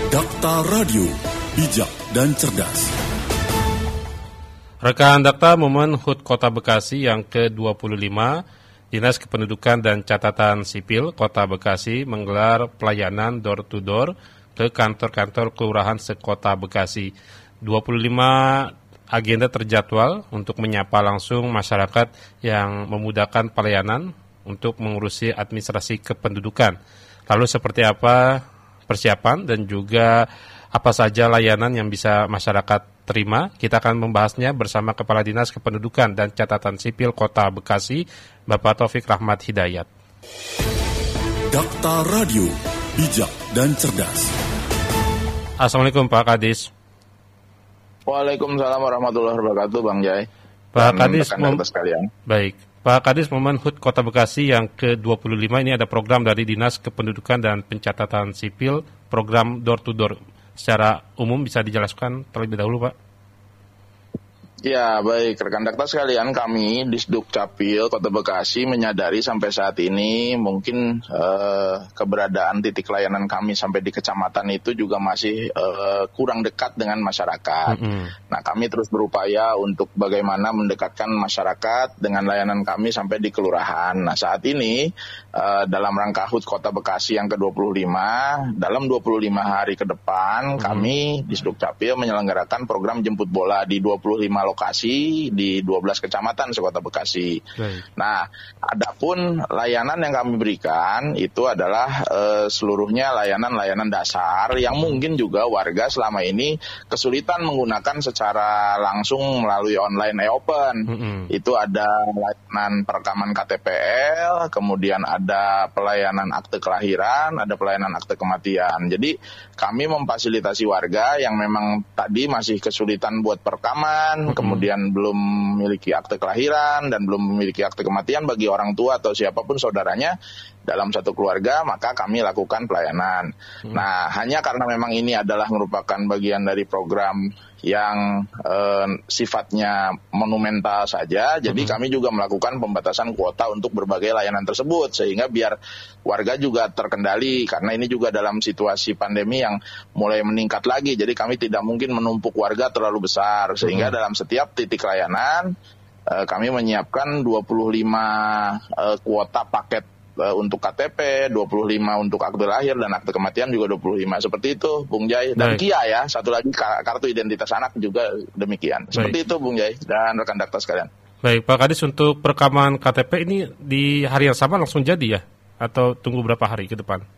Dakta Radio, bijak dan cerdas. Rekan Dakta, momen HUT Kota Bekasi yang ke-25, Dinas Kependudukan dan Catatan Sipil Kota Bekasi menggelar pelayanan door-to-door ke kantor-kantor kelurahan sekota Bekasi. 25 agenda terjadwal untuk menyapa langsung masyarakat yang memudahkan pelayanan untuk mengurusi administrasi kependudukan. Lalu seperti apa persiapan dan juga apa saja layanan yang bisa masyarakat terima? Kita akan membahasnya bersama Kepala Dinas Kependudukan dan Catatan Sipil Kota Bekasi, Bapak Taufik Rahmat Hidayat. Dakta Radio, bijak dan cerdas. Assalamualaikum Pak Kadis. Waalaikumsalam warahmatullahi wabarakatuh, Bang Jai. Pak Kadis, baik. Pak Kadis, momen HUT Kota Bekasi yang ke-25 ini ada program dari Dinas Kependudukan dan Pencatatan Sipil, program door to door. Secara umum bisa dijelaskan terlebih dahulu, Pak? Ya, baik. Rekan Dakta sekalian, kami di Sdukcapil Kota Bekasi menyadari sampai saat ini mungkin keberadaan titik layanan kami sampai di kecamatan itu juga masih kurang dekat dengan masyarakat. Nah, kami terus berupaya untuk bagaimana mendekatkan masyarakat dengan layanan kami sampai di kelurahan. Nah, saat ini dalam rangka HUT Kota Bekasi yang ke-25, dalam 25 hari ke depan, kami di Sdukcapil menyelenggarakan program jemput bola di 25 lokasi di 12 kecamatan sekota Bekasi. Nah, adapun layanan yang kami berikan itu adalah seluruhnya layanan-layanan dasar yang mungkin juga warga selama ini kesulitan menggunakan secara langsung melalui online e-open. Itu ada layanan perekaman KTPL, kemudian ada pelayanan akte kelahiran, ada pelayanan akte kematian. Jadi kami memfasilitasi warga yang memang tadi masih kesulitan buat perekaman, kemudian belum memiliki akte kelahiran dan belum memiliki akte kematian bagi orang tua atau siapapun saudaranya dalam satu keluarga, maka kami lakukan pelayanan. Nah, hanya karena memang ini adalah merupakan bagian dari program yang sifatnya monumental saja, jadi kami juga melakukan pembatasan kuota untuk berbagai layanan tersebut, sehingga biar warga juga terkendali, karena ini juga dalam situasi pandemi yang mulai meningkat lagi, jadi kami tidak mungkin menumpuk warga terlalu besar, sehingga dalam setiap titik layanan kami menyiapkan 25 kuota paket untuk KTP, 25 untuk akte lahir dan akte kematian juga 25. Seperti itu, Bung Jai. Dan KIA ya, satu lagi kartu identitas anak juga demikian. Seperti itu, Bung Jai dan rekan Dakta sekalian. Baik, Pak Kadis, untuk perekaman KTP ini di hari yang sama langsung jadi ya? Atau tunggu berapa hari ke depan?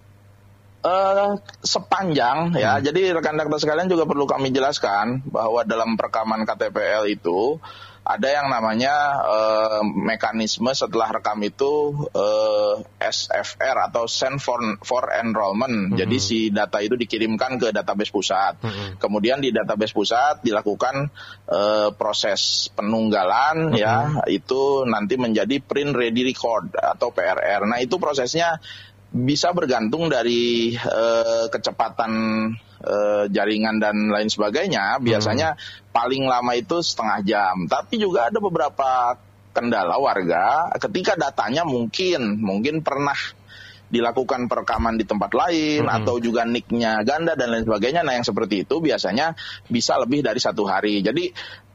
Sepanjang ya, jadi rekan Dakta sekalian juga perlu kami jelaskan bahwa dalam perekaman KTPL itu ada yang namanya mekanisme setelah rekam itu SFR atau Send for Enrollment. Jadi si data itu dikirimkan ke database pusat. Kemudian di database pusat dilakukan proses penunggalan ya, itu nanti menjadi Print Ready Record atau PRR. Nah, itu prosesnya bisa bergantung dari kecepatan jaringan dan lain sebagainya. Biasanya paling lama itu setengah jam. Tapi juga ada beberapa kendala warga ketika datanya mungkin pernah dilakukan perekaman di tempat lain atau juga nick-nya ganda dan lain sebagainya. Nah, yang seperti itu biasanya bisa lebih dari 1 hari. Jadi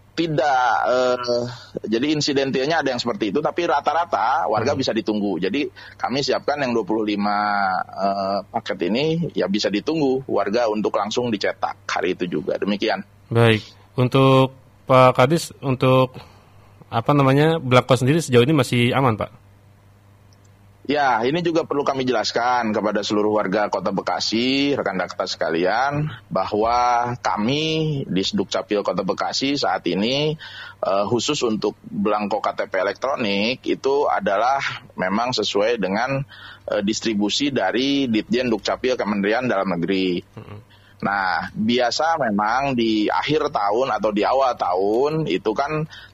jadi insidentilnya ada yang seperti itu, tapi rata-rata warga bisa ditunggu. Jadi kami siapkan yang 25 paket ini ya bisa ditunggu warga untuk langsung dicetak hari itu juga. Demikian. Baik. Untuk Pak Kadis, untuk belangko sendiri sejauh ini masih aman, Pak? Ya, ini juga perlu kami jelaskan kepada seluruh warga Kota Bekasi, rekan Dakta sekalian, bahwa kami di Sdukcapil Kota Bekasi saat ini khusus untuk belangko KTP elektronik itu adalah memang sesuai dengan distribusi dari Ditjen Dukcapil Kementerian Dalam Negeri. Nah, biasa memang di akhir tahun atau di awal tahun itu kan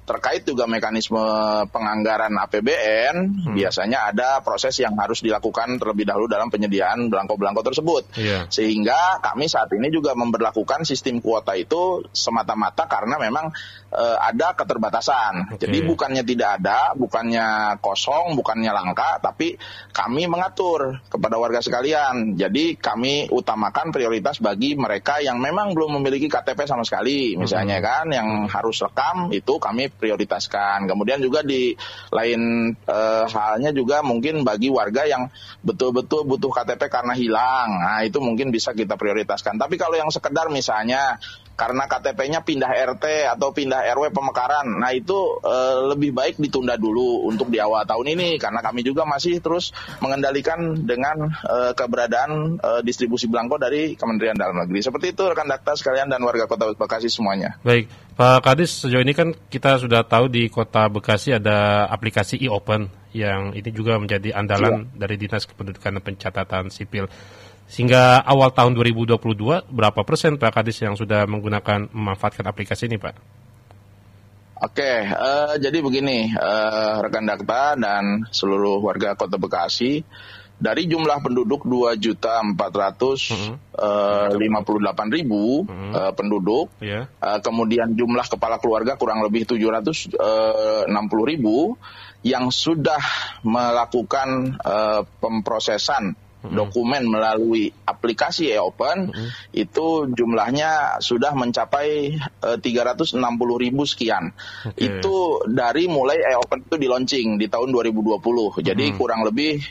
terkait juga mekanisme penganggaran APBN, biasanya ada proses yang harus dilakukan terlebih dahulu dalam penyediaan belangko-belangko tersebut. Sehingga kami saat ini juga memberlakukan sistem kuota itu semata-mata karena memang ada keterbatasan. Jadi bukannya tidak ada, bukannya kosong, bukannya langka, tapi kami mengatur kepada warga sekalian. Jadi kami utamakan prioritas bagi mereka yang memang belum memiliki KTP sama sekali, misalnya kan, yang harus rekam itu kami prioritaskan. Kemudian juga di lain halnya juga mungkin bagi warga yang betul-betul butuh KTP karena hilang, nah itu mungkin bisa kita prioritaskan. Tapi kalau yang sekedar misalnya karena KTP-nya pindah RT atau pindah RW pemekaran, nah itu lebih baik ditunda dulu untuk di awal tahun ini karena kami juga masih terus mengendalikan dengan keberadaan distribusi belangko dari Kementerian Dalam Negeri. Seperti itu rekan Dakta sekalian dan warga Kota Bekasi semuanya. Baik, Pak Kadis, sejauh ini kan kita sudah tahu di Kota Bekasi ada aplikasi e-Open yang ini juga menjadi andalan dari Dinas Kependudukan dan Pencatatan Sipil. Sehingga awal tahun 2022, berapa persen Pak Kadis yang sudah memanfaatkan aplikasi ini, Pak? Oke, jadi begini, rekan Dakta dan seluruh warga Kota Bekasi, dari jumlah penduduk 2.458.000 penduduk, kemudian jumlah kepala keluarga kurang lebih 760.000 yang sudah melakukan pemprosesan dokumen melalui aplikasi e-Open, itu jumlahnya sudah mencapai 360.000 sekian. Itu dari mulai e-Open itu di-launching di tahun 2020. Jadi kurang lebih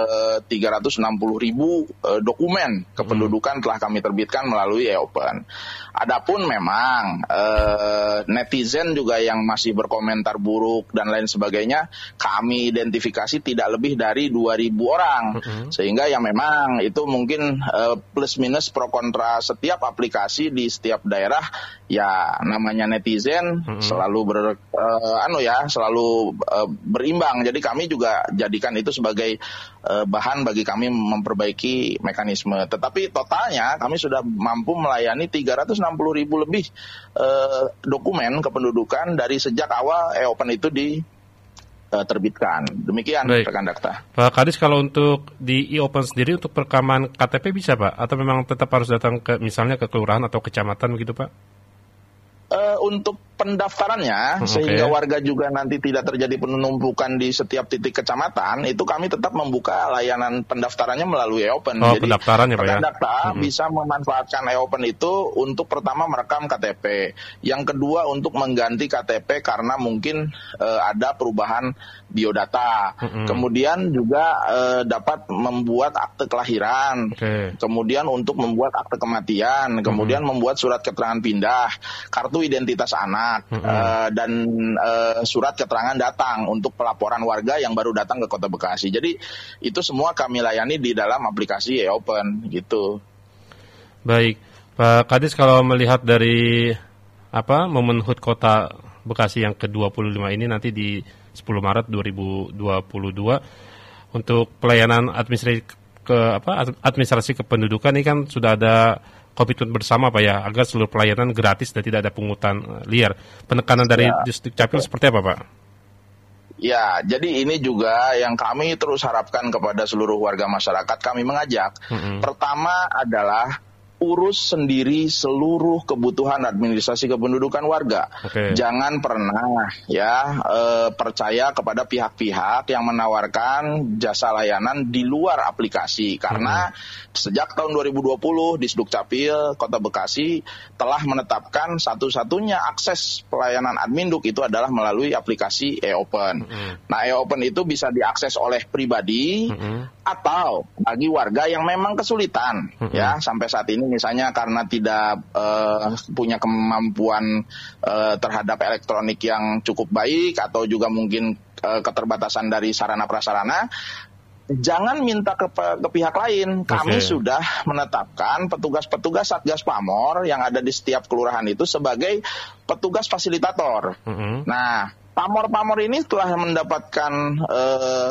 360.000 dokumen kependudukan telah kami terbitkan melalui e-Open. Adapun memang netizen juga yang masih berkomentar buruk dan lain sebagainya, kami identifikasi tidak lebih dari 2.000 orang. Sehingga yang memang itu mungkin plus minus pro kontra setiap aplikasi di setiap daerah, ya namanya netizen selalu berimbang. Jadi kami juga jadikan itu sebagai bahan bagi kami memperbaiki mekanisme. Tetapi totalnya kami sudah mampu melayani 360.000 lebih dokumen kependudukan dari sejak awal e-Open itu diterbitkan. Demikian rekan Dakta. Pak Kadis, kalau untuk di e-Open sendiri untuk perekaman KTP bisa Pak? Atau memang tetap harus datang ke misalnya ke kelurahan atau kecamatan begitu Pak? Untuk pendaftarannya, sehingga warga juga nanti tidak terjadi penumpukan di setiap titik kecamatan, itu kami tetap membuka layanan pendaftarannya melalui e-Open. Jadi pendaftarannya Pak ya? Dakta bisa memanfaatkan e-Open itu untuk pertama merekam KTP, yang kedua untuk mengganti KTP karena mungkin ada perubahan biodata, kemudian juga dapat membuat akte kelahiran, kemudian untuk membuat akte kematian, kemudian membuat surat keterangan pindah, kartu identitas anak, dan surat keterangan datang untuk pelaporan warga yang baru datang ke Kota Bekasi. Jadi itu semua kami layani di dalam aplikasi e-Open gitu. Baik, Pak Kadis, kalau melihat dari momen HUT Kota Bekasi yang ke-25 ini nanti di 10 Maret 2022 untuk pelayanan administrasi kependudukan ini kan sudah ada komitmen bersama Pak ya, agar seluruh pelayanan gratis dan tidak ada pungutan liar. Penekanan dari Distrik Capil seperti apa Pak? Ya, jadi ini juga yang kami terus harapkan kepada seluruh warga masyarakat. Kami mengajak, pertama adalah urus sendiri seluruh kebutuhan administrasi kependudukan warga. Jangan pernah percaya kepada pihak-pihak yang menawarkan jasa layanan di luar aplikasi. Karena sejak tahun 2020 di Disduk Capil Kota Bekasi telah menetapkan satu-satunya akses pelayanan Adminduk itu adalah melalui aplikasi e-Open. Nah, e-Open itu bisa diakses oleh pribadi atau bagi warga yang memang kesulitan ya sampai saat ini, misalnya karena tidak punya kemampuan terhadap elektronik yang cukup baik atau juga mungkin keterbatasan dari sarana prasarana. Jangan minta ke pihak lain. Kami sudah menetapkan petugas-petugas Satgas Pamor yang ada di setiap kelurahan itu sebagai petugas fasilitator. Nah, Pamor-Pamor ini telah mendapatkan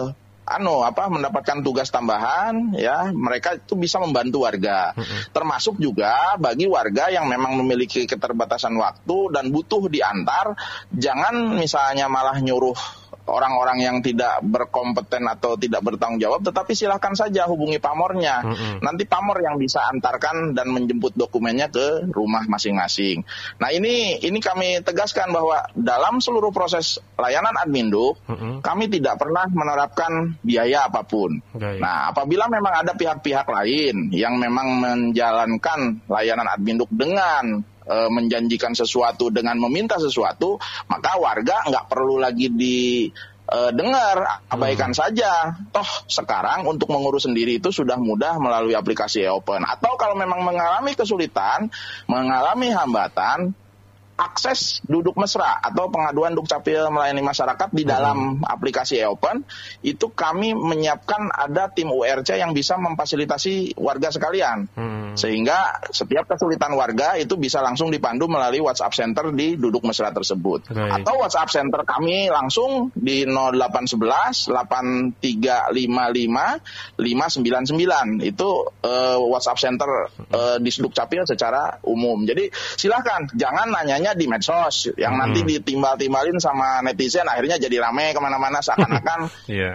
mendapatkan tugas tambahan, ya mereka itu bisa membantu warga. Termasuk juga bagi warga yang memang memiliki keterbatasan waktu dan butuh diantar, jangan misalnya malah nyuruh orang-orang yang tidak berkompeten atau tidak bertanggung jawab, tetapi silahkan saja hubungi pamornya. Nanti pamor yang bisa antarkan dan menjemput dokumennya ke rumah masing-masing. Nah ini kami tegaskan bahwa dalam seluruh proses layanan Adminduk, kami tidak pernah menerapkan biaya apapun. Nah apabila memang ada pihak-pihak lain yang memang menjalankan layanan Adminduk dengan menjanjikan sesuatu dengan meminta sesuatu, maka warga nggak perlu lagi dengar, abaikan saja. Toh sekarang untuk mengurus sendiri itu sudah mudah melalui aplikasi e-Open. Atau kalau memang mengalami kesulitan, mengalami hambatan, akses duduk mesra atau pengaduan Dukcapil melayani masyarakat di dalam aplikasi e-Open, itu kami menyiapkan ada tim URC yang bisa memfasilitasi warga sekalian. Sehingga setiap kesulitan warga itu bisa langsung dipandu melalui WhatsApp center di duduk mesra tersebut. Atau WhatsApp center kami langsung di 0811 8355 599. Itu WhatsApp center di Dukcapil secara umum. Jadi silakan, jangan nanya di medsos yang nanti ditimbal-timbalin sama netizen, akhirnya jadi rame kemana-mana seakan-akan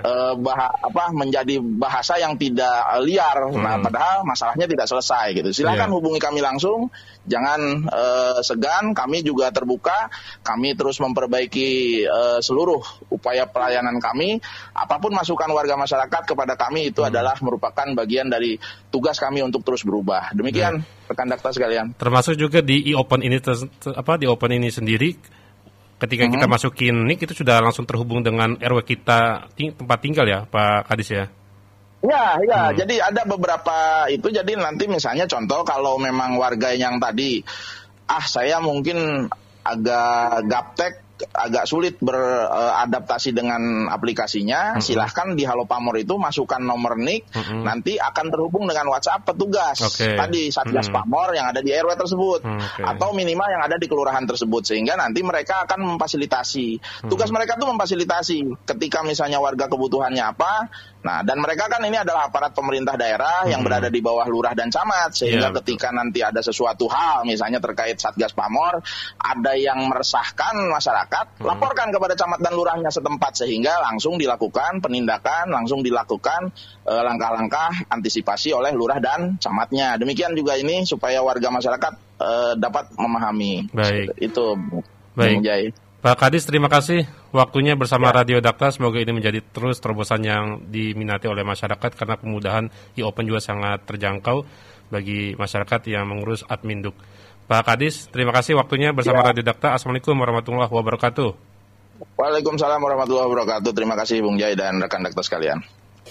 menjadi bahasa yang tidak liar. Nah padahal masalahnya tidak selesai gitu. Silakan hubungi kami langsung, jangan segan, kami juga terbuka, kami terus memperbaiki seluruh upaya pelayanan kami. Apapun masukan warga masyarakat kepada kami itu adalah merupakan bagian dari tugas kami untuk terus berubah. Demikian rekan Dakta sekalian. Termasuk juga di e-Open ini di Open ini sendiri, ketika kita masukin nik itu sudah langsung terhubung dengan RW kita tempat tinggal ya Pak Kadis ya? Ya, jadi ada beberapa itu, jadi nanti misalnya contoh kalau memang warga yang tadi, saya mungkin agak gaptek, agak sulit beradaptasi dengan aplikasinya, silahkan di Halo Pamor itu masukkan nomor NIK, nanti akan terhubung dengan WhatsApp petugas tadi Satgas Pamor yang ada di RW tersebut, atau minimal yang ada di kelurahan tersebut, sehingga nanti mereka akan memfasilitasi. Tugas mereka tuh memfasilitasi ketika misalnya warga kebutuhannya apa. Nah, dan mereka kan ini adalah aparat pemerintah daerah yang berada di bawah lurah dan camat, sehingga ketika nanti ada sesuatu hal misalnya terkait Satgas Pamor, ada yang meresahkan masyarakat, laporkan kepada camat dan lurahnya setempat, sehingga langsung dilakukan penindakan, langsung dilakukan langkah-langkah antisipasi oleh lurah dan camatnya. Demikian juga ini supaya warga masyarakat dapat memahami. Baik. Itu Baik. Jai. Pak Kadis, terima kasih waktunya bersama Radio Dakta. Semoga ini menjadi terus terobosan yang diminati oleh masyarakat, karena kemudahan e-Open juga sangat terjangkau bagi masyarakat yang mengurus Adminduk. Pak Kadis, terima kasih waktunya bersama Radio Dakta. Assalamualaikum warahmatullahi wabarakatuh. Waalaikumsalam warahmatullahi wabarakatuh. Terima kasih Bung Jai dan rekan Dakta sekalian.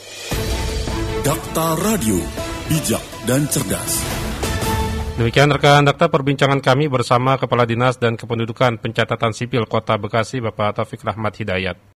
Dakta Radio, bijak dan cerdas. Demikian rekan Dakta perbincangan kami bersama Kepala Dinas dan Kependudukan Pencatatan Sipil Kota Bekasi, Bapak Taufik Rahmat Hidayat.